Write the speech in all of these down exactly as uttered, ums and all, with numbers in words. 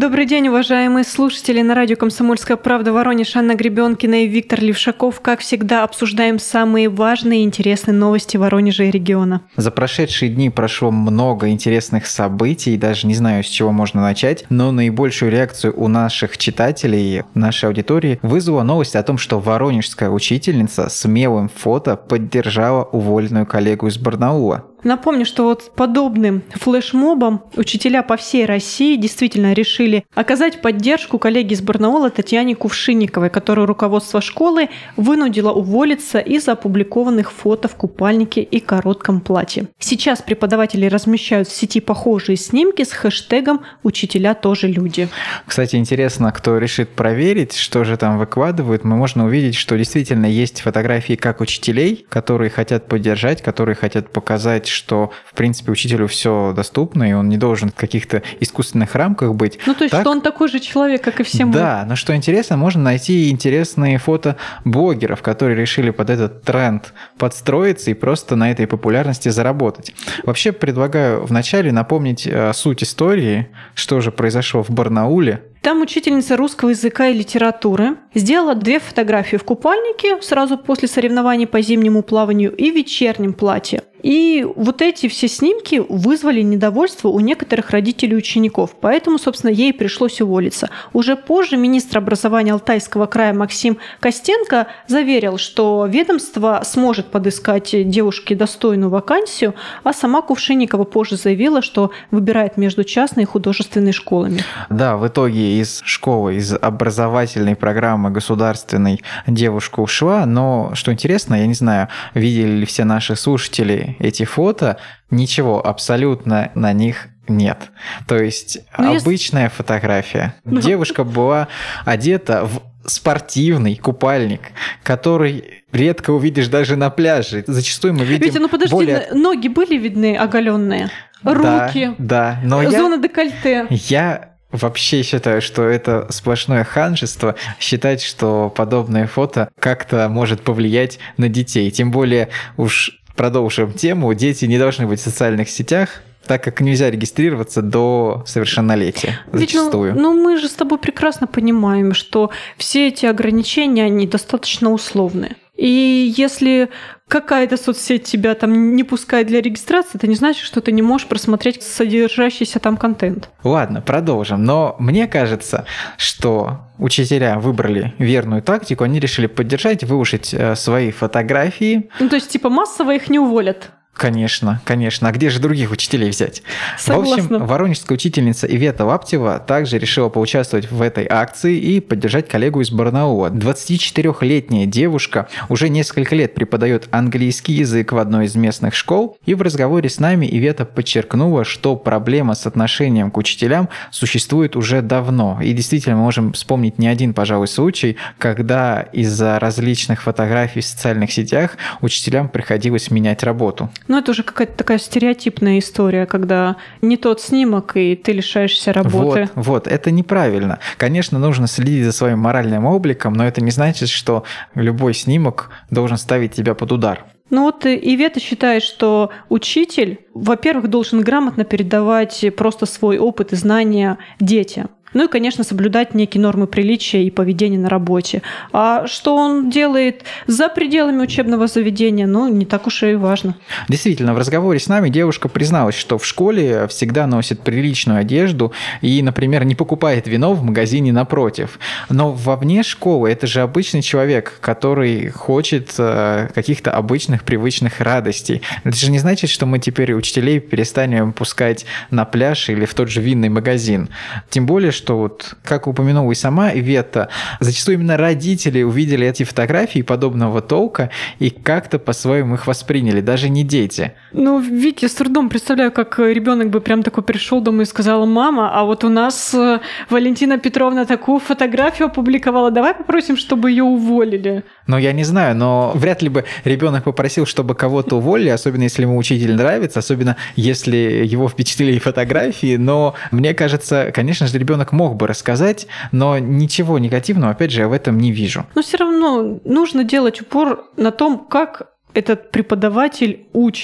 Добрый день, уважаемые слушатели. На радио «Комсомольская правда» Воронеж, Анна Гребенкина и Виктор Левшаков. Как всегда, обсуждаем самые важные и интересные новости Воронежа и региона. За прошедшие дни прошло много интересных событий, даже не знаю, с чего можно начать, но наибольшую реакцию у наших читателей, нашей аудитории вызвала новость о том, что воронежская учительница смелым фото поддержала уволенную коллегу из Барнаула. Напомню, что вот подобным флешмобом учителя по всей России действительно решили оказать поддержку коллеге из Барнаула Татьяне Кувшинниковой, которую руководство школы вынудило уволиться из-за опубликованных фото в купальнике и коротком платье. Сейчас преподаватели размещают в сети похожие снимки с хэштегом «Учителя тоже люди». Кстати, интересно, кто решит проверить, что же там выкладывают, мы можно увидеть, что действительно есть фотографии как учителей, которые хотят поддержать, которые хотят показать, что, в принципе, учителю все доступно, и он не должен в каких-то искусственных рамках быть. Ну, то есть, так... что он такой же человек, как и все мы. Да, но что интересно, можно найти интересные фото блогеров, которые решили под этот тренд подстроиться и просто на этой популярности заработать. Вообще, предлагаю вначале напомнить суть истории, что же произошло в Барнауле. Там учительница русского языка и литературы сделала две фотографии в купальнике сразу после соревнований по зимнему плаванию и в вечернем платье. И вот эти все снимки вызвали недовольство у некоторых родителей учеников, поэтому, собственно, ей пришлось уволиться. Уже позже министр образования Алтайского края Максим Костенко заверил, что ведомство сможет подыскать девушке достойную вакансию, а сама Кувшинникова позже заявила, что выбирает между частной и художественной школами. Да, в итоге из школы, из образовательной программы государственной девушка ушла, но, что интересно, я не знаю, видели ли все наши слушатели эти фото, ничего абсолютно на них нет. То есть ну, обычная я... фотография. Ну... Девушка была одета в спортивный купальник, который редко увидишь даже на пляже. Зачастую мы видим... Витя, ну подожди, более... ноги были видны оголенные? Руки? Да, да. Но зона я... декольте? Я... Вообще считаю, что это сплошное ханжество считать, что подобное фото как-то может повлиять на детей. Тем более, уж продолжим тему, дети не должны быть в социальных сетях, так как нельзя регистрироваться до совершеннолетия зачастую. Ведь, ну, ну мы же с тобой прекрасно понимаем, что все эти ограничения, они достаточно условные. И если какая-то соцсеть тебя там не пускает для регистрации, это не значит, что ты не можешь просмотреть содержащийся там контент. Ладно, продолжим. Но мне кажется, что учителя выбрали верную тактику, они решили поддержать, выложить свои фотографии. Ну, то есть, типа, массово их не уволят. Конечно, конечно. А где же других учителей взять? Согласна. В общем, воронежская учительница Ивета Лаптева также решила поучаствовать в этой акции и поддержать коллегу из Барнаула. двадцатичетырёхлетняя девушка уже несколько лет преподает английский язык в одной из местных школ, и в разговоре с нами Ивета подчеркнула, что проблема с отношением к учителям существует уже давно. И действительно, мы можем вспомнить не один, пожалуй, случай, когда из-за различных фотографий в социальных сетях учителям приходилось менять работу. Ну, это уже какая-то такая стереотипная история, когда не тот снимок, и ты лишаешься работы. Вот, вот, это неправильно. Конечно, нужно следить за своим моральным обликом, но это не значит, что любой снимок должен ставить тебя под удар. Ну вот Ивета считает, что учитель, во-первых, должен грамотно передавать просто свой опыт и знания детям. Ну и, конечно, соблюдать некие нормы приличия и поведения на работе. А что он делает за пределами учебного заведения, ну, не так уж и важно. Действительно, в разговоре с нами девушка призналась, что в школе всегда носит приличную одежду и, например, не покупает вино в магазине напротив. Но вовне школы это же обычный человек, который хочет каких-то обычных, привычных радостей. Это же не значит, что мы теперь учителей перестанем пускать на пляж или в тот же винный магазин. Тем более, что вот, как упомянула и сама Ивета, зачастую именно родители увидели эти фотографии подобного толка и как-то по-своему их восприняли, даже не дети. Ну, Витя, я с трудом представляю, как ребенок бы прям такой пришел домой и сказал: мама, а вот у нас Валентина Петровна такую фотографию опубликовала, давай попросим, чтобы ее уволили. Ну, я не знаю, но вряд ли бы ребенок попросил, чтобы кого-то уволили, особенно если ему учитель нравится, особенно если его впечатлили фотографии, но мне кажется, конечно же, ребенок мог бы рассказать, но ничего негативного, опять же, я в этом не вижу. Но все равно нужно делать упор на том, как этот преподаватель учит.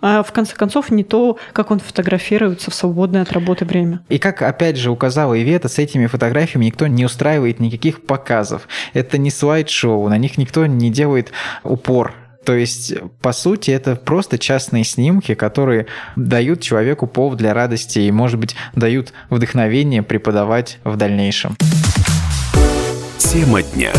а в конце концов не то, как он фотографируется в свободное от работы время. И как, опять же, указала Ивета, с этими фотографиями никто не устраивает никаких показов. Это не слайд-шоу, на них никто не делает упор. То есть, по сути, это просто частные снимки, которые дают человеку повод для радости и, может быть, дают вдохновение преподавать в дальнейшем. Тема дня.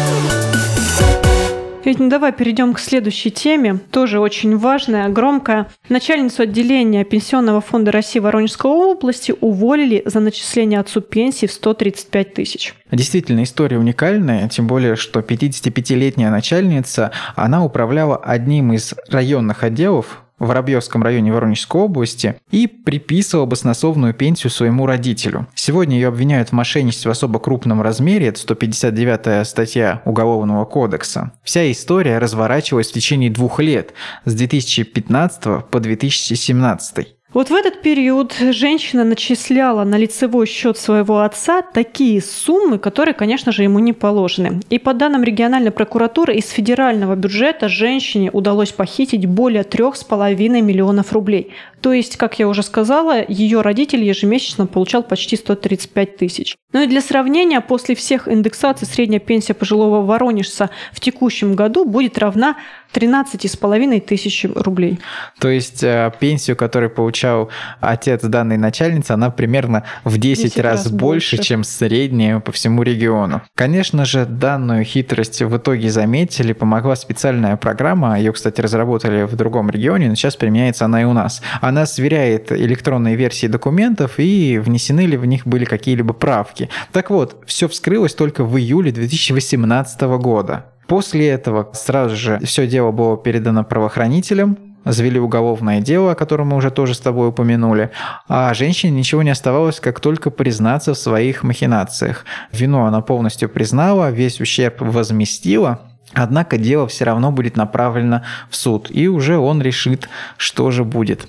Ведь, ну, давай перейдем к следующей теме, тоже очень важная, громкая. Начальницу отделения Пенсионного фонда России Воронежской области уволили за начисление отцу пенсии в сто тридцать пять тысяч. Действительно, история уникальная, тем более, что пятидесятипятилетняя начальница, она управляла одним из районных отделов в Воробьевском районе Воронежской области и приписывала баснословную пенсию своему родителю. Сегодня ее обвиняют в мошенничестве в особо крупном размере, это сто пятьдесят девятая статья Уголовного кодекса. Вся история разворачивалась в течение двух лет, с две тысячи пятнадцатого по две тысячи семнадцатый. Вот в этот период женщина начисляла на лицевой счет своего отца такие суммы, которые, конечно же, ему не положены. И по данным региональной прокуратуры, из федерального бюджета женщине удалось похитить более трех с половиной миллионов рублей. То есть, как я уже сказала, ее родитель ежемесячно получал почти сто тридцать пять тысяч. Ну и для сравнения, после всех индексаций средняя пенсия пожилого воронежца в текущем году будет равна тринадцати с половиной тысяч рублей. То есть пенсию, которую получал отец данной начальницы, она примерно в десять раз, раз больше, больше, чем средняя по всему региону. Конечно же, данную хитрость в итоге заметили, помогла специальная программа, ее, кстати, разработали в другом регионе, но сейчас применяется она и у нас. Она сверяет электронные версии документов и внесены ли в них были какие-либо правки. Так вот, все вскрылось только в июле две тысячи восемнадцатого года. После этого сразу же все дело было передано правоохранителям, завели уголовное дело, о котором мы уже тоже с тобой упомянули, а женщине ничего не оставалось, как только признаться в своих махинациях. Вину она полностью признала, весь ущерб возместила, однако дело все равно будет направлено в суд, и уже он решит, что же будет.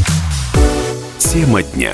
Тема дня.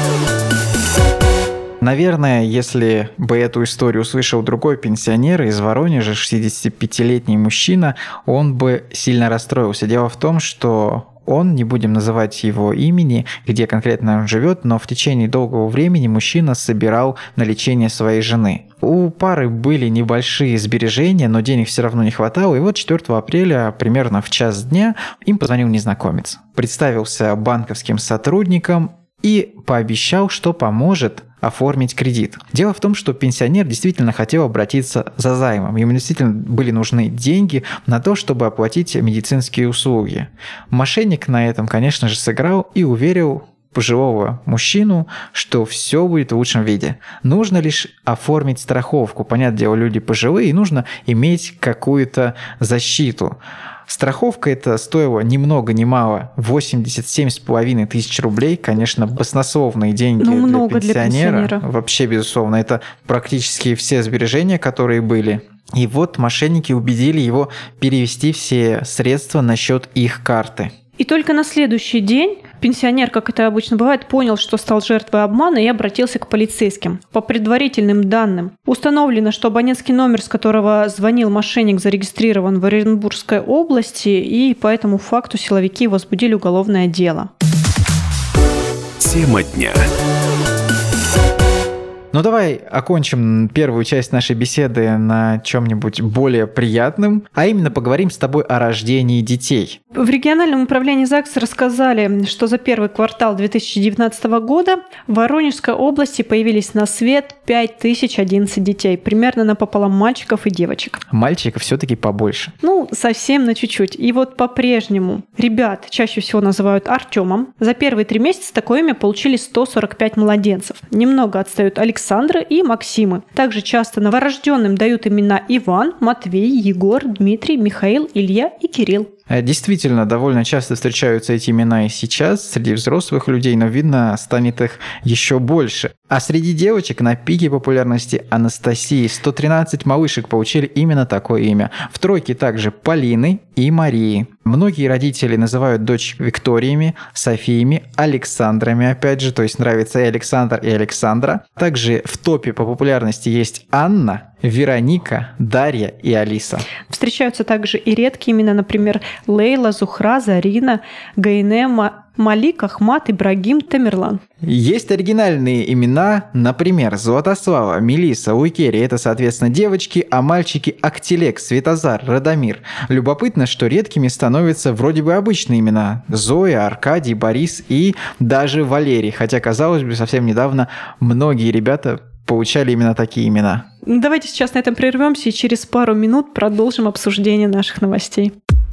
Наверное, если бы эту историю услышал другой пенсионер из Воронежа, шестидесятипятилетний мужчина, он бы сильно расстроился. Дело в том, что он, не будем называть его имени, где конкретно он живет, но в течение долгого времени мужчина собирал на лечение своей жены. У пары были небольшие сбережения, но денег все равно не хватало, и вот четвёртого апреля, примерно в час дня, им позвонил незнакомец. Представился банковским сотрудником и пообещал, что поможет оформить кредит. Дело в том, что пенсионер действительно хотел обратиться за займом. Ему действительно были нужны деньги на то, чтобы оплатить медицинские услуги. Мошенник на этом, конечно же, сыграл и уверил пожилого мужчину, что все будет в лучшем виде. Нужно лишь оформить страховку. Понятное дело, люди пожилые, и нужно иметь какую-то защиту. Страховка это стоила ни много ни мало восемьдесят семь с половиной тысяч рублей. Конечно, баснословные деньги ну, много для, пенсионера. для пенсионера. Вообще, безусловно, это практически все сбережения, которые были. И вот мошенники убедили его перевести все средства на счет их карты. И только на следующий день пенсионер, как это обычно бывает, понял, что стал жертвой обмана и обратился к полицейским. По предварительным данным установлено, что абонентский номер, с которого звонил мошенник, зарегистрирован в Оренбургской области, и по этому факту силовики возбудили уголовное дело. Тема дня. Ну давай окончим первую часть нашей беседы на чем-нибудь более приятном, а именно поговорим с тобой о рождении детей. В региональном управлении ЗАГС рассказали, что за первый квартал две тысячи девятнадцатого года в Воронежской области появились на свет пять тысяч одиннадцать детей, примерно напополам мальчиков и девочек. Мальчиков все-таки побольше. Ну, совсем на чуть-чуть. И вот по-прежнему ребят чаще всего называют Артемом. За первые три месяца такое имя получили сто сорок пять младенцев. Немного отстают Александр Александры и Максимы. Также часто новорожденным дают имена Иван, Матвей, Егор, Дмитрий, Михаил, Илья и Кирилл. Действительно, довольно часто встречаются эти имена и сейчас среди взрослых людей, но, видно, станет их еще больше. А среди девочек на пике популярности Анастасии сто тринадцать малышек получили именно такое имя. В тройке также Полины и Марии. Многие родители называют дочь Викториями, Софиями, Александрами, опять же, то есть нравится и Александр, и Александра. Также в топе по популярности есть Анна, Вероника, Дарья и Алиса. Встречаются также и редкие имена, например, Лейла, Зухра, Зарина, Гайнема, Малик, Ахмат, Ибрагим, Тамерлан. Есть оригинальные имена, например, Златослава, Мелисса, Уикери. Это, соответственно, девочки, а мальчики Актилек, Светозар, Радомир. Любопытно, что редкими становятся вроде бы обычные имена. Зоя, Аркадий, Борис и даже Валерий. Хотя, казалось бы, совсем недавно многие ребята получали именно такие имена. Давайте сейчас на этом прервемся и через пару минут продолжим обсуждение наших новостей.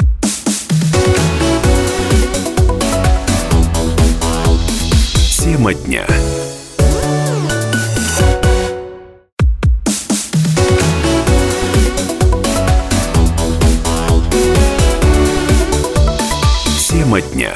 Тема дня. Тема дня.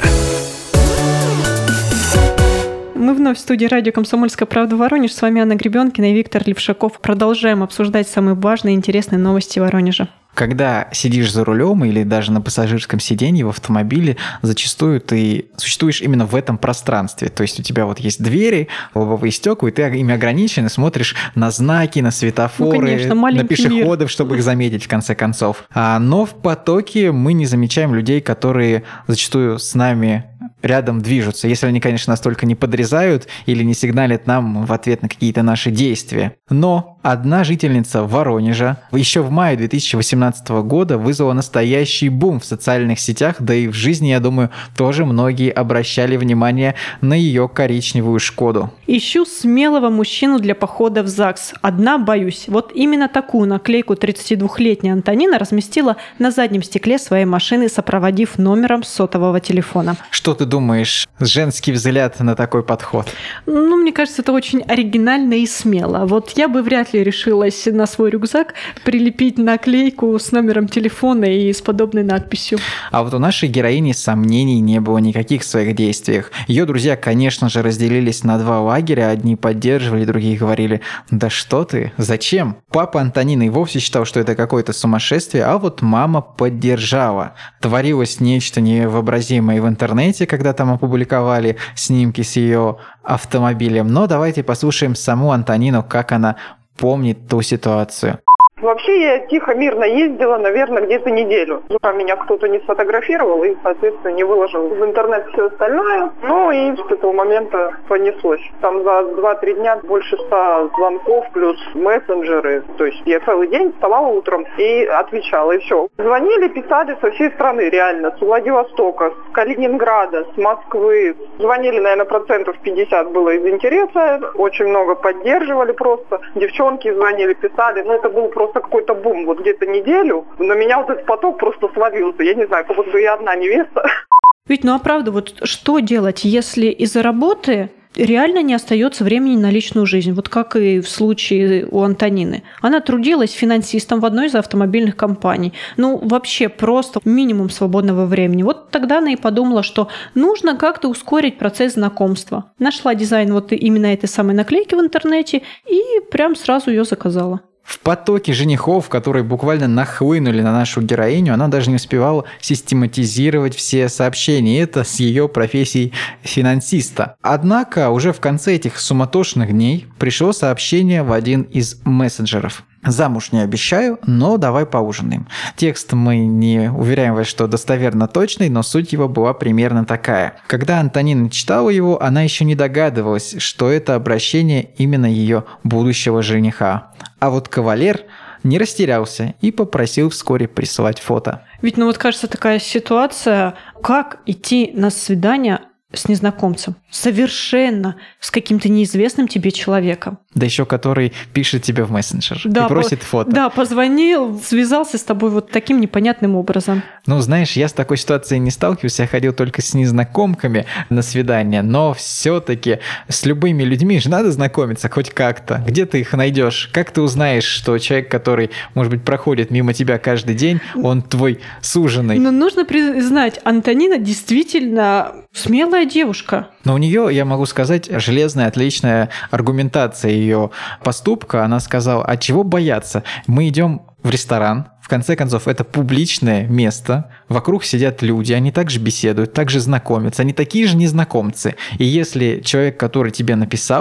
Мы вновь в студии радио «Комсомольская правда» Воронеж. С вами Анна Гребенкина и Виктор Левшаков. Продолжаем обсуждать самые важные и интересные новости Воронежа. Когда сидишь за рулем или даже на пассажирском сиденье в автомобиле, зачастую ты существуешь именно в этом пространстве. То есть у тебя вот есть двери, лобовые стекла, и ты ими ограничен, и смотришь на знаки, на светофоры, ну, конечно, на пешеходов, мир. Чтобы их заметить в конце концов. А, но в потоке мы не замечаем людей, которые зачастую с нами рядом движутся, если они, конечно, настолько не подрезают или не сигналят нам в ответ на какие-то наши действия. Но одна жительница Воронежа еще в мае две тысячи восемнадцатого года вызвала настоящий бум в социальных сетях, да и в жизни, я думаю, тоже многие обращали внимание на ее коричневую «Шкоду». Ищу смелого мужчину для похода в ЗАГС. Одна боюсь. Вот именно такую наклейку тридцатидвухлетняя Антонина разместила на заднем стекле своей машины, сопроводив номером сотового телефона. Что ты думаешь, женский взгляд на такой подход? Ну, мне кажется, это очень оригинально и смело. Вот я бы вряд ли решилась на свой рюкзак прилепить наклейку с номером телефона и с подобной надписью. А вот у нашей героини сомнений не было никаких в своих действиях. Ее друзья, конечно же, разделились на два лагеря. Одни поддерживали, другие говорили: «Да что ты? Зачем?» Папа Антонины и вовсе считал, что это какое-то сумасшествие, а вот мама поддержала. Творилось нечто невообразимое в интернете, когда там опубликовали снимки с ее автомобилем. Но давайте послушаем саму Антонину, как она помнит ту ситуацию. Вообще я тихо, мирно ездила, наверное, где-то неделю. Пока меня кто-то не сфотографировал и, соответственно, не выложил в интернет все остальное. Ну и с этого момента понеслось. Там за два-три дня больше ста звонков плюс мессенджеры. То есть я целый день вставала утром и отвечала, и все. Звонили, писали со всей страны, реально. С Владивостока, с Калининграда, с Москвы. Звонили, наверное, процентов пятьдесят было из интереса. Очень много поддерживали просто. Девчонки звонили, писали. Ну это был просто какой-то бум, вот где-то неделю, на меня вот этот поток просто свалился, я не знаю, как будто я одна невеста. Ведь, ну а правда, вот что делать, если из-за работы реально не остается времени на личную жизнь, вот как и в случае у Антонины. Она трудилась финансистом в одной из автомобильных компаний. Ну, вообще просто минимум свободного времени. Вот тогда она и подумала, что нужно как-то ускорить процесс знакомства. Нашла дизайн вот именно этой самой наклейки в интернете и прям сразу ее заказала. В потоке женихов, которые буквально нахлынули на нашу героиню, она даже не успевала систематизировать все сообщения. И это с ее профессией финансиста. Однако уже в конце этих суматошных дней пришло сообщение в один из мессенджеров. «Замуж не обещаю, но давай поужинаем». Текст мы не уверяем вас, что достоверно точный, но суть его была примерно такая. Когда Антонина читала его, она еще не догадывалась, что это обращение именно ее будущего жениха. А вот кавалер не растерялся и попросил вскоре присылать фото. Ведь, ну вот кажется, такая ситуация, как идти на свидание с незнакомцем, совершенно с каким-то неизвестным тебе человеком. Да еще который пишет тебе в мессенджер да, и просит по- фото. Да, позвонил, связался с тобой вот таким непонятным образом. Ну, знаешь, я с такой ситуацией не сталкивался, я ходил только с незнакомками на свидание, но все-таки с любыми людьми же надо знакомиться хоть как-то. Где ты их найдешь? Как ты узнаешь, что человек, который, может быть, проходит мимо тебя каждый день, он твой суженый? Но нужно признать, Антонина действительно смелая девушка. Но у нее, я могу сказать, железная, отличная аргументация ее поступка. Она сказала: а чего бояться? Мы идем в ресторан, в конце концов, это публичное место, вокруг сидят люди, они также беседуют, также знакомятся, они такие же незнакомцы. И если человек, который тебе написал,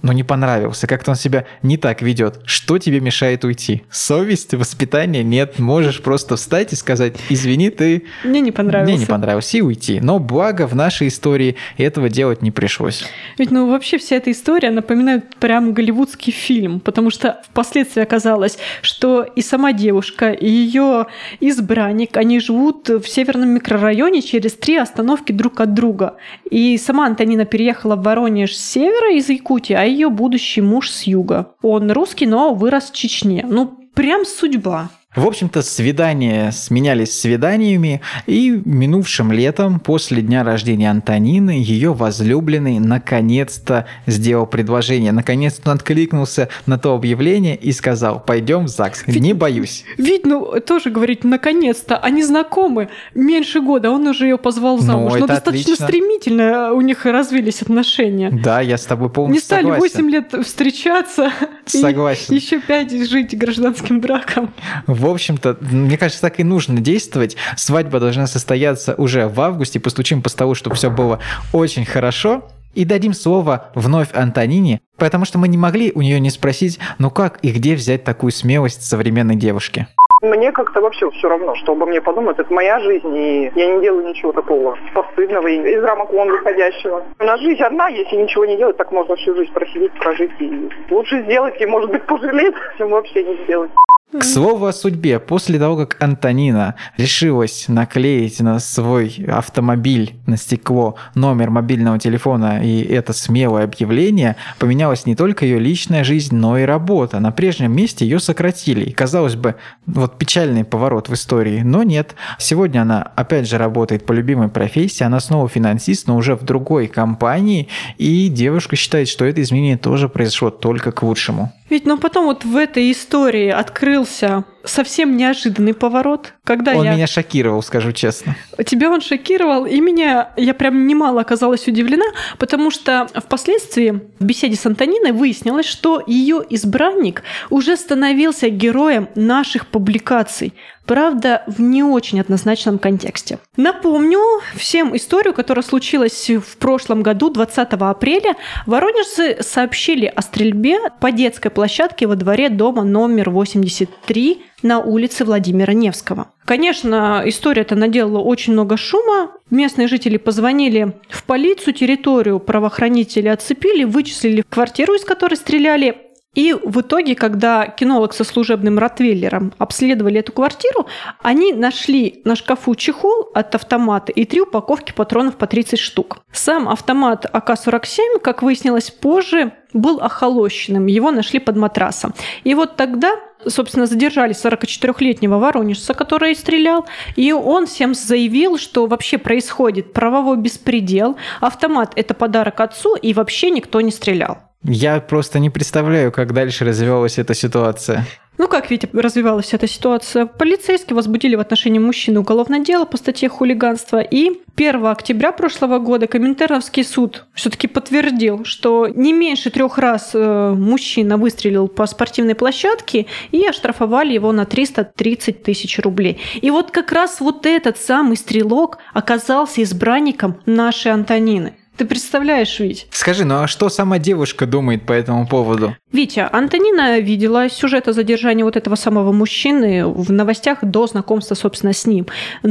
но не понравился, как-то он себя не так ведет. Что тебе мешает уйти? Совесть, воспитание? Нет, можешь просто встать и сказать: извини, ты... Мне не понравился. Мне не понравился, и уйти. Но благо в нашей истории этого делать не пришлось. Ведь, ну, вообще вся эта история напоминает прям голливудский фильм, потому что впоследствии оказалось, что и сама девушка, и ее избранник, они живут в северном микрорайоне через три остановки друг от друга. И сама Антонина переехала в Воронеж с севера из Якутии, а ее будущий муж с юга. Он русский, но вырос в Чечне. Ну, прям судьба. В общем-то, свидания сменялись свиданиями, и минувшим летом, после дня рождения Антонины, ее возлюбленный наконец-то сделал предложение. Наконец-то он откликнулся на то объявление и сказал: пойдем в ЗАГС. Ведь, не боюсь. Ведь, ну, тоже говорить, наконец-то, они знакомы меньше года, он уже ее позвал замуж. Ну, Но достаточно отлично. Стремительно у них развились отношения. Да, я с тобой полностью согласен. Не стали восемь лет встречаться. Согласен. И еще пять жить гражданским браком. В общем-то, мне кажется, так и нужно действовать. Свадьба должна состояться уже в августе. Постучим по столу, чтобы все было очень хорошо. И дадим слово вновь Антонине, потому что мы не могли у нее не спросить, ну как и где взять такую смелость современной девушки. Мне как-то вообще все равно, что обо мне подумают. Это моя жизнь, и я не делаю ничего такого постыдного и из рамок вон выходящего. У нас жизнь одна, если ничего не делать, так можно всю жизнь просидеть, прожить. И лучше сделать, и, может быть, пожалеть, чем вообще не сделать. К слову о судьбе, после того, как Антонина решилась наклеить на свой автомобиль, на стекло, номер мобильного телефона, и это смелое объявление, поменялась не только ее личная жизнь, но и работа. На прежнем месте ее сократили. И, казалось бы, вот печальный поворот в истории, но нет. Сегодня она опять же работает по любимой профессии, она снова финансист, но уже в другой компании, и девушка считает, что это изменение тоже произошло только к лучшему. Ведь, ну, потом вот в этой истории открылся совсем неожиданный поворот. Когда он я... меня шокировал, скажу честно. Тебя он шокировал, и меня, я прям немало оказалась удивлена, потому что впоследствии в беседе с Антониной выяснилось, что ее избранник уже становился героем наших публикаций. Правда, в не очень однозначном контексте. Напомню всем историю, которая случилась в прошлом году, двадцатого апреля. Воронежцы сообщили о стрельбе по детской площадке во дворе дома номер восемьдесят три на улице Владимира Невского. Конечно, история-то наделала очень много шума. Местные жители позвонили в полицию, территорию правоохранители оцепили, вычислили квартиру, из которой стреляли. И в итоге, когда кинолог со служебным ротвейлером обследовали эту квартиру, они нашли на шкафу чехол от автомата и три упаковки патронов по тридцать штук. Сам автомат А К сорок семь, как выяснилось позже, был охолощенным, его нашли под матрасом. И вот тогда, собственно, задержали сорокачетырёхлетнего воронежца, который стрелял, и он всем заявил, что вообще происходит правовой беспредел, автомат – это подарок отцу, и вообще никто не стрелял. Я просто не представляю, как дальше развивалась эта ситуация. Ну, как, Витя, развивалась эта ситуация? Полицейские возбудили в отношении мужчины уголовное дело по статье хулиганства, и первого октября прошлого года Коминтерновский суд все-таки подтвердил, что не меньше трех раз мужчина выстрелил по спортивной площадке, и оштрафовали его на триста тридцать тысяч рублей. И вот как раз вот этот самый стрелок оказался избранником нашей Антонины. Ты представляешь, Вить? Скажи, ну а что сама девушка думает по этому поводу? Витя, Антонина видела сюжет о задержании вот этого самого мужчины в новостях до знакомства, собственно, с ним.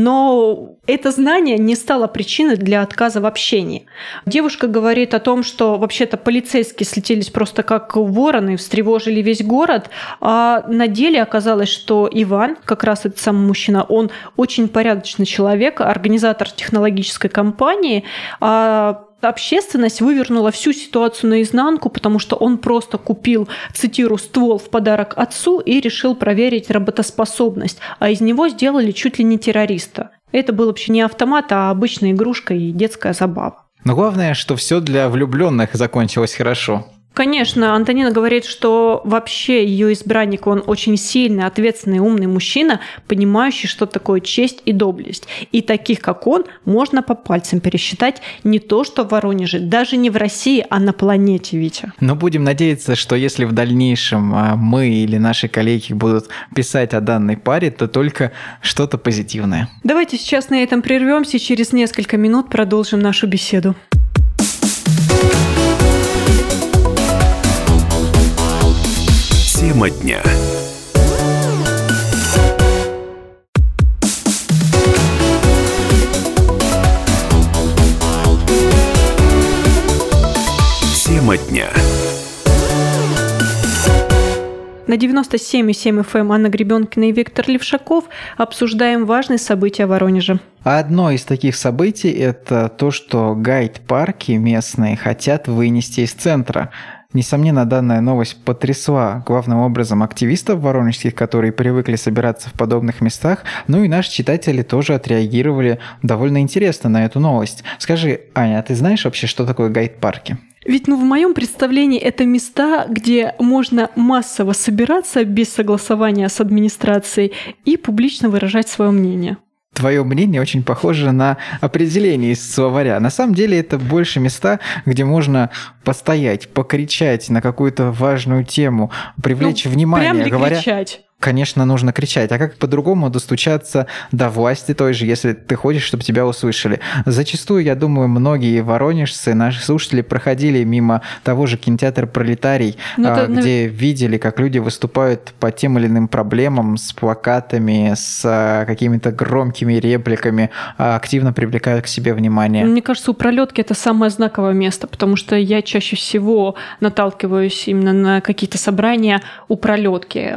Но это знание не стало причиной для отказа в общении. Девушка говорит о том, что вообще-то полицейские слетелись просто как вороны, встревожили весь город, а на деле оказалось, что Иван, как раз этот самый мужчина, он очень порядочный человек, организатор технологической компании, а общественность вывернула всю ситуацию наизнанку, потому что он просто купил, цитирую, ствол в подарок отцу и решил проверить работоспособность, а из него сделали чуть ли не террориста. Это был вообще не автомат, а обычная игрушка и детская забава. Но главное, что все для влюбленных закончилось хорошо. Конечно, Антонина говорит, что вообще ее избранник, он очень сильный, ответственный, умный мужчина, понимающий, что такое честь и доблесть. И таких, как он, можно по пальцам пересчитать не то, что в Воронеже, даже не в России, а на планете, Витя. Но будем надеяться, что если в дальнейшем мы или наши коллеги будут писать о данной паре, то только что-то позитивное. Давайте сейчас на этом прервемся и через несколько минут продолжим нашу беседу. Тема дня. Тема дня. На девяносто семь и семь эф эм Анна Гребенкина и Виктор Левшаков обсуждаем важные события Воронежа. Одно из таких событий – это то, что гайд-парки местные хотят вынести из центра. Несомненно, данная новость потрясла главным образом активистов воронежских, которые привыкли собираться в подобных местах, ну и наши читатели тоже отреагировали довольно интересно на эту новость. Скажи, Аня, а ты знаешь вообще, что такое гайд-парки? Ведь, ну, в моем представлении это места, где можно массово собираться без согласования с администрацией и публично выражать свое мнение. Твое мнение очень похоже на определение из словаря. На самом деле это больше места, где можно постоять, покричать на какую-то важную тему, привлечь ну, внимание. Прям ли говоря... кричать? Конечно, нужно кричать. А как по-другому достучаться до власти той же, если ты хочешь, чтобы тебя услышали? Зачастую, я думаю, многие воронежцы, наши слушатели, проходили мимо того же кинотеатра «Пролетарий», ну, это... где видели, как люди выступают по тем или иным проблемам с плакатами, с какими-то громкими репликами, активно привлекают к себе внимание. Мне кажется, у «Пролетки» это самое знаковое место, потому что я чаще всего наталкиваюсь именно на какие-то собрания у «Пролетки».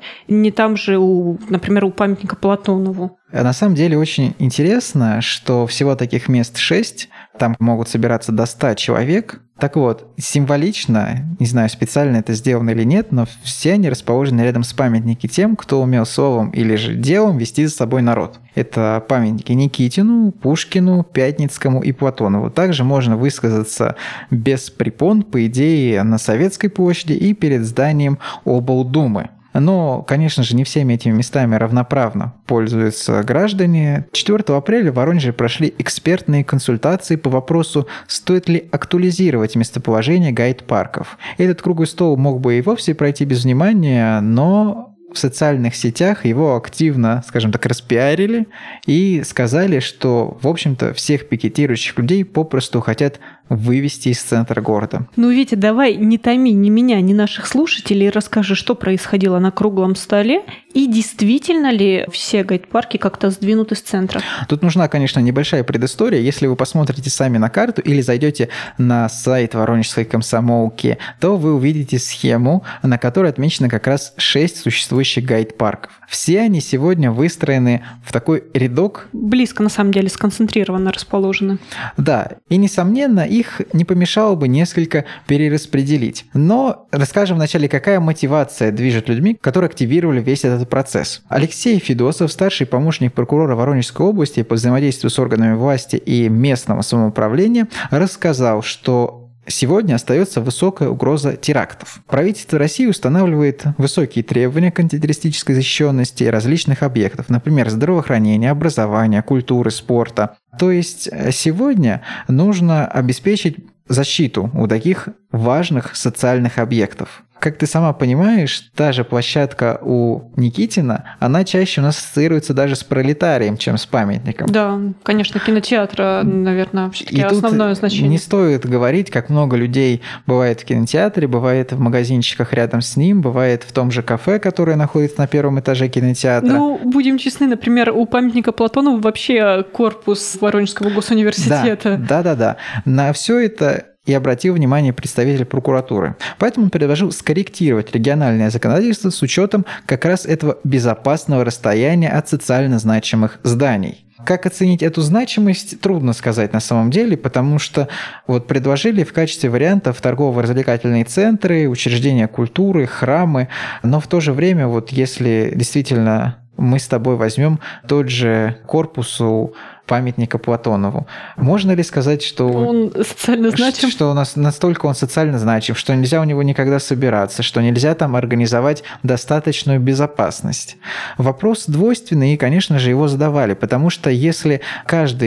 Не там же, у, например, у памятника Платонову. На самом деле очень интересно, что всего таких мест шесть, там могут собираться до ста человек. Так вот, символично, не знаю, специально это сделано или нет, но все они расположены рядом с памятники тем, кто умел словом или же делом вести за собой народ. Это памятники Никитину, Пушкину, Пятницкому и Платонову. Также можно высказаться без препон, по идее, на Советской площади и перед зданием облдумы. Но, конечно же, не всеми этими местами равноправно пользуются граждане. четвёртого апреля в Воронеже прошли экспертные консультации по вопросу, стоит ли актуализировать местоположение гайд-парков. Этот круглый стол мог бы и вовсе пройти без внимания, но в социальных сетях его активно, скажем так, распиарили и сказали, что, в общем-то, всех пикетирующих людей попросту хотят вывести из центра города. Ну, Витя, давай не томи ни меня, ни наших слушателей, расскажи, что происходило на круглом столе и действительно ли все гайд-парки как-то сдвинуты с центра. Тут нужна, конечно, небольшая предыстория. Если вы посмотрите сами на карту или зайдете на сайт Воронежской комсомолки, то вы увидите схему, на которой отмечено как раз шесть существующих гайд-парков. Все они сегодня выстроены в такой рядок. Близко, на самом деле, сконцентрированно расположены. Да, и, несомненно, их не помешало бы несколько перераспределить. Но расскажем вначале, какая мотивация движет людьми, которые активировали весь этот процесс. Алексей Федосов, старший помощник прокурора Воронежской области по взаимодействию с органами власти и местного самоуправления, рассказал, что сегодня остается высокая угроза терактов. Правительство России устанавливает высокие требования к антитеррористической защищенности различных объектов, например, здравоохранения, образования, культуры, спорта. То есть сегодня нужно обеспечить защиту у таких важных социальных объектов. Как ты сама понимаешь, та же площадка у Никитина, она чаще у нас ассоциируется даже с Пролетарием, чем с памятником. Да, конечно, кинотеатр, наверное, все-таки основное значение. Не стоит говорить, как много людей бывает в кинотеатре, бывает в магазинчиках рядом с ним, бывает в том же кафе, которое находится на первом этаже кинотеатра. Ну, будем честны, например, у памятника Платонову вообще корпус Воронежского госуниверситета. Да, да, да, да. На все это и обратил внимание представитель прокуратуры. Поэтому он предложил скорректировать региональное законодательство с учетом как раз этого безопасного расстояния от социально значимых зданий. Как оценить эту значимость, трудно сказать на самом деле, потому что вот предложили в качестве вариантов торгово-развлекательные центры, учреждения культуры, храмы, но в то же время, вот если действительно мы с тобой возьмем тот же корпус у памятника Платонову. Можно ли сказать, что он социально значим? Что у нас настолько он социально значим, что нельзя у него никогда собираться, что нельзя там организовать достаточную безопасность? Вопрос двойственный, и, конечно же, его задавали, потому что если каждый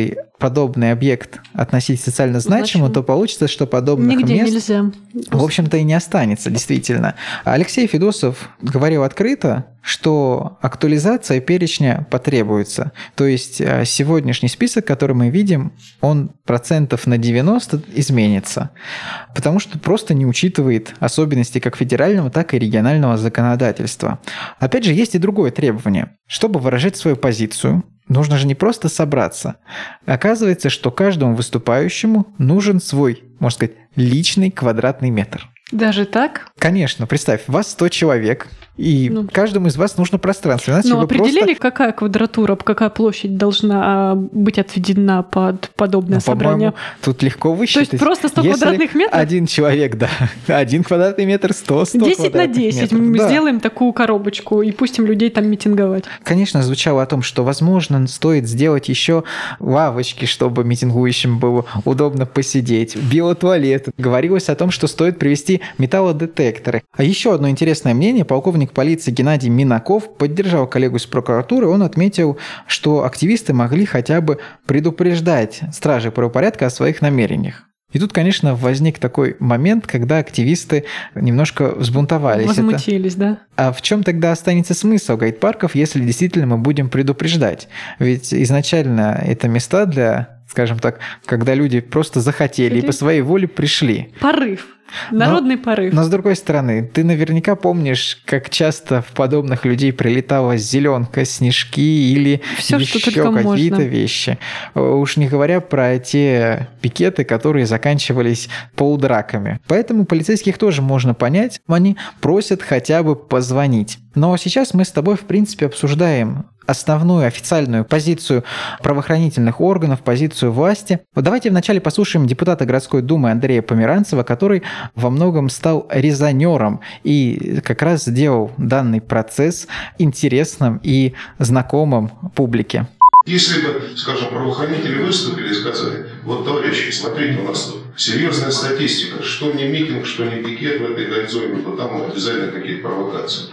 подобный объект относить социально значимым, Значимо. то получится, что подобных Нигде мест, нельзя. в общем-то, и не останется, действительно. Алексей Федосов говорил открыто, что актуализация перечня потребуется. То есть сегодняшний список, который мы видим, он процентов на девяносто изменится, потому что просто не учитывает особенности как федерального, так и регионального законодательства. Опять же, есть и другое требование. Чтобы выражать свою позицию, нужно же не просто собраться. Оказывается, что каждому выступающему нужен свой, можно сказать, личный квадратный метр. Даже так? Конечно, представь, вас сто человек, и Ну. каждому из вас нужно пространство. Иначе Ну, вы определили, просто... какая квадратура, какая площадь должна а, быть отведена под подобное Ну, собрание? по-моему, тут легко высчитать. То есть просто сто Если квадратных метров? Один человек, да. Один квадратный метр, сто, сто десять на квадратных десять. метров. Мы Да. сделаем такую коробочку и пустим людей там митинговать. Конечно, звучало о том, что, возможно, стоит сделать еще лавочки, чтобы митингующим было удобно посидеть, биотуалеты. Говорилось о том, что стоит привести металлодетекторы. А еще одно интересное мнение. Полковник полиции Геннадий Минаков поддержал коллегу из прокуратуры. Он отметил, что активисты могли хотя бы предупреждать стражей правопорядка о своих намерениях. И тут, конечно, возник такой момент, когда активисты немножко взбунтовались. Возмутились, да? А в чем тогда останется смысл гайд-парков, если действительно мы будем предупреждать? Ведь изначально это места для, скажем так, когда люди просто захотели и по своей воле пришли. Порыв. Народный но, порыв. Но с другой стороны, ты наверняка помнишь, как часто в подобных людей прилетала зеленка, снежки или Всё, еще что только какие-то можно. вещи. Уж не говоря про те пикеты, которые заканчивались полудраками. Поэтому полицейских тоже можно понять. Они просят хотя бы позвонить. Но сейчас мы с тобой, в принципе, обсуждаем основную официальную позицию правоохранительных органов, позицию власти. Вот давайте вначале послушаем депутата городской думы Андрея Померанцева, который во многом стал резонером и как раз сделал данный процесс интересным и знакомым публике. Если бы, скажем, правоохранители выступили и сказали: вот, товарищи, смотрите, у нас тут серьезная статистика, что не митинг, что не пикет в этой гайд-зоне, то там обязательно какие-то провокации.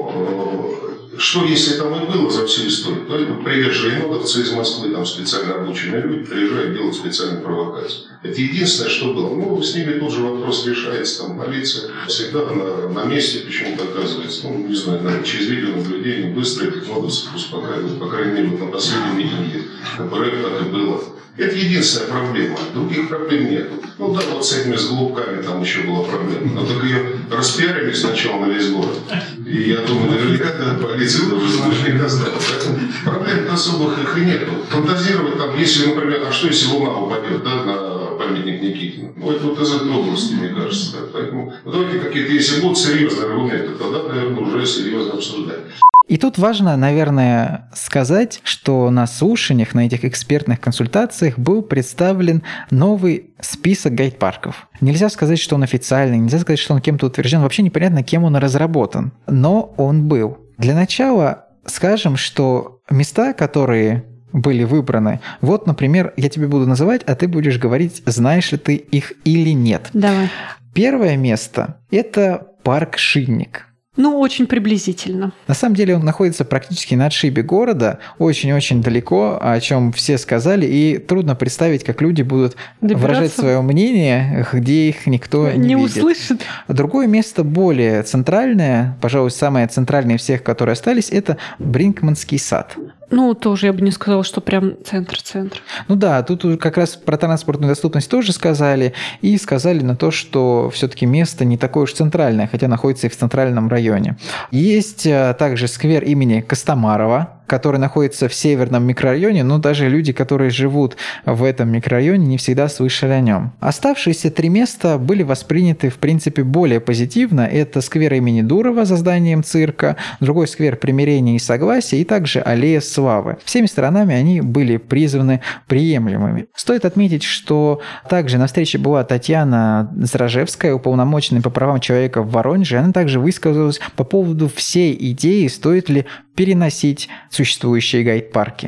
Но э, что если там и было за всю историю, то это приезжие енотовцы из Москвы, там специально обученные люди, приезжают, делают специальную провокацию. Это единственное, что было. Ну, с ними тут же вопрос решается, там полиция всегда на, на месте почему-то оказывается. Ну, не знаю, наверное, через видеонаблюдение быстро этих енотовцев успокаивают, по крайней мере, вот на последнем митинге КПРФ так и было. Это единственная проблема. Других проблем нет. Ну да, вот с этими с голубками там еще была проблема. Но так ее распиарили сначала на весь город. И я думаю, наверняка полиция уже наверняка знала. Поэтому проблем особых их и нет. Фантазировать там, если, например, а что если луна упадет, да, на памятник Никитину? Ну, это вот из этой области, мне кажется. Да. Поэтому ну, давайте какие-то, если будут серьезные аргументы, тогда, наверное, уже серьезно обсуждать. И тут важно, наверное, сказать, что на слушаниях, на этих экспертных консультациях был представлен новый список гайд-парков. Нельзя сказать, что он официальный, нельзя сказать, что он кем-то утвержден. Вообще непонятно, кем он разработан. Но он был. Для начала скажем, что места, которые были выбраны, вот, например, я тебе буду называть, а ты будешь говорить, знаешь ли ты их или нет. Давай. Первое место – это парк Шинник. Ну, очень приблизительно. На самом деле он находится практически на отшибе города, очень-очень далеко, о чем все сказали, и трудно представить, как люди будут Добираться. выражать свое мнение, где их никто не, Не видит. услышит. Другое место более центральное, пожалуй, самое центральное из всех, которые остались, это Бринкманский сад. Ну, тоже я бы не сказала, что прям центр-центр. Ну да, тут уже как раз про транспортную доступность тоже сказали, и сказали на то, что все-таки место не такое уж центральное, хотя находится и в центральном районе. Есть также сквер имени Костомарова, который находится в северном микрорайоне, но даже люди, которые живут в этом микрорайоне, не всегда слышали о нем. Оставшиеся три места были восприняты, в принципе, более позитивно. Это сквер имени Дурова за зданием цирка, другой сквер Примирения и Согласия, и также аллея Славы. Всеми сторонами они были признаны приемлемыми. Стоит отметить, что также на встрече была Татьяна Зражевская, уполномоченная по правам человека в Воронеже. Она также высказалась по поводу всей идеи, стоит ли переносить существующие гайд-парки.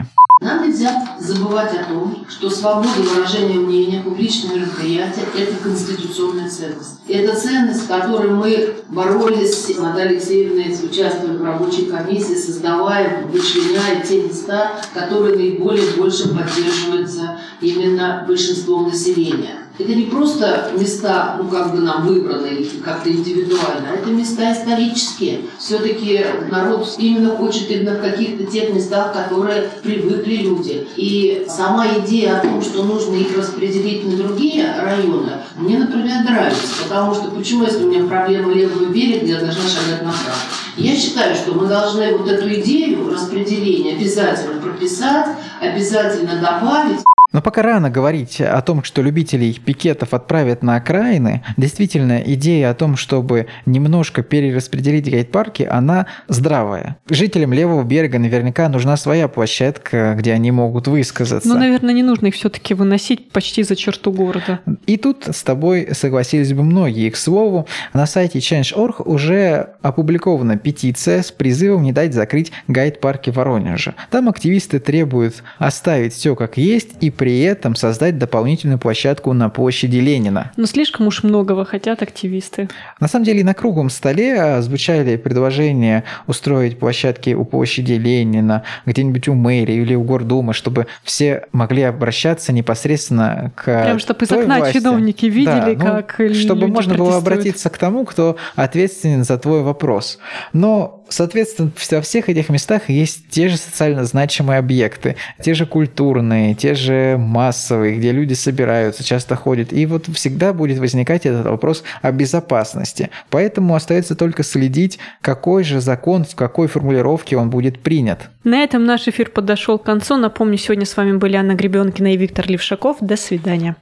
Нам нельзя забывать о том, что свобода выражения мнения, публичные мероприятия – это конституционная ценность. Это ценность, с которой мы боролись, Наталья Алексеевна, участвуя в рабочей комиссии, создавая, вычленяя те места, которые наиболее больше поддерживаются именно большинством населения. Это не просто места, ну, как бы нам выбранные как-то индивидуально, а это места исторические. Все-таки народ именно хочет именно в каких-то тех местах, которые привыкли люди. И сама идея о том, что нужно их распределить на другие районы, мне, например, нравится. Потому что почему, если у меня проблема левого берега, я должна шагать направо? Я считаю, что мы должны вот эту идею распределения обязательно прописать, обязательно добавить. Но пока рано говорить о том, что любителей пикетов отправят на окраины. Действительно, идея о том, чтобы немножко перераспределить гайд-парки, она здравая. Жителям левого берега наверняка нужна своя площадка, где они могут высказаться. Но, наверное, не нужно их все-таки выносить почти за черту города. И тут с тобой согласились бы многие. К слову, на сайте change точка org уже опубликована петиция с призывом не дать закрыть гайд-парки Воронежа. Там активисты требуют оставить все как есть и при этом создать дополнительную площадку на площади Ленина. Но слишком уж многого хотят активисты. На самом деле на круглом столе звучали предложения устроить площадки у площади Ленина, где-нибудь у мэрии или у Гордумы, чтобы все могли обращаться непосредственно к Прям чтобы из той окна власти. чиновники видели, Да, как ну, люди чтобы можно было протестуют. обратиться к тому, кто ответственен за твой вопрос. Но, соответственно, во всех этих местах есть те же социально значимые объекты, те же культурные, те же массовые, где люди собираются, часто ходят. И вот всегда будет возникать этот вопрос о безопасности. Поэтому остается только следить, какой же закон, в какой формулировке он будет принят. На этом наш эфир подошел к концу. Напомню, сегодня с вами были Анна Гребенкина и Виктор Левшаков. До свидания.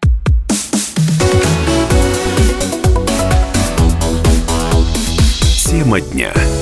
Тема дня.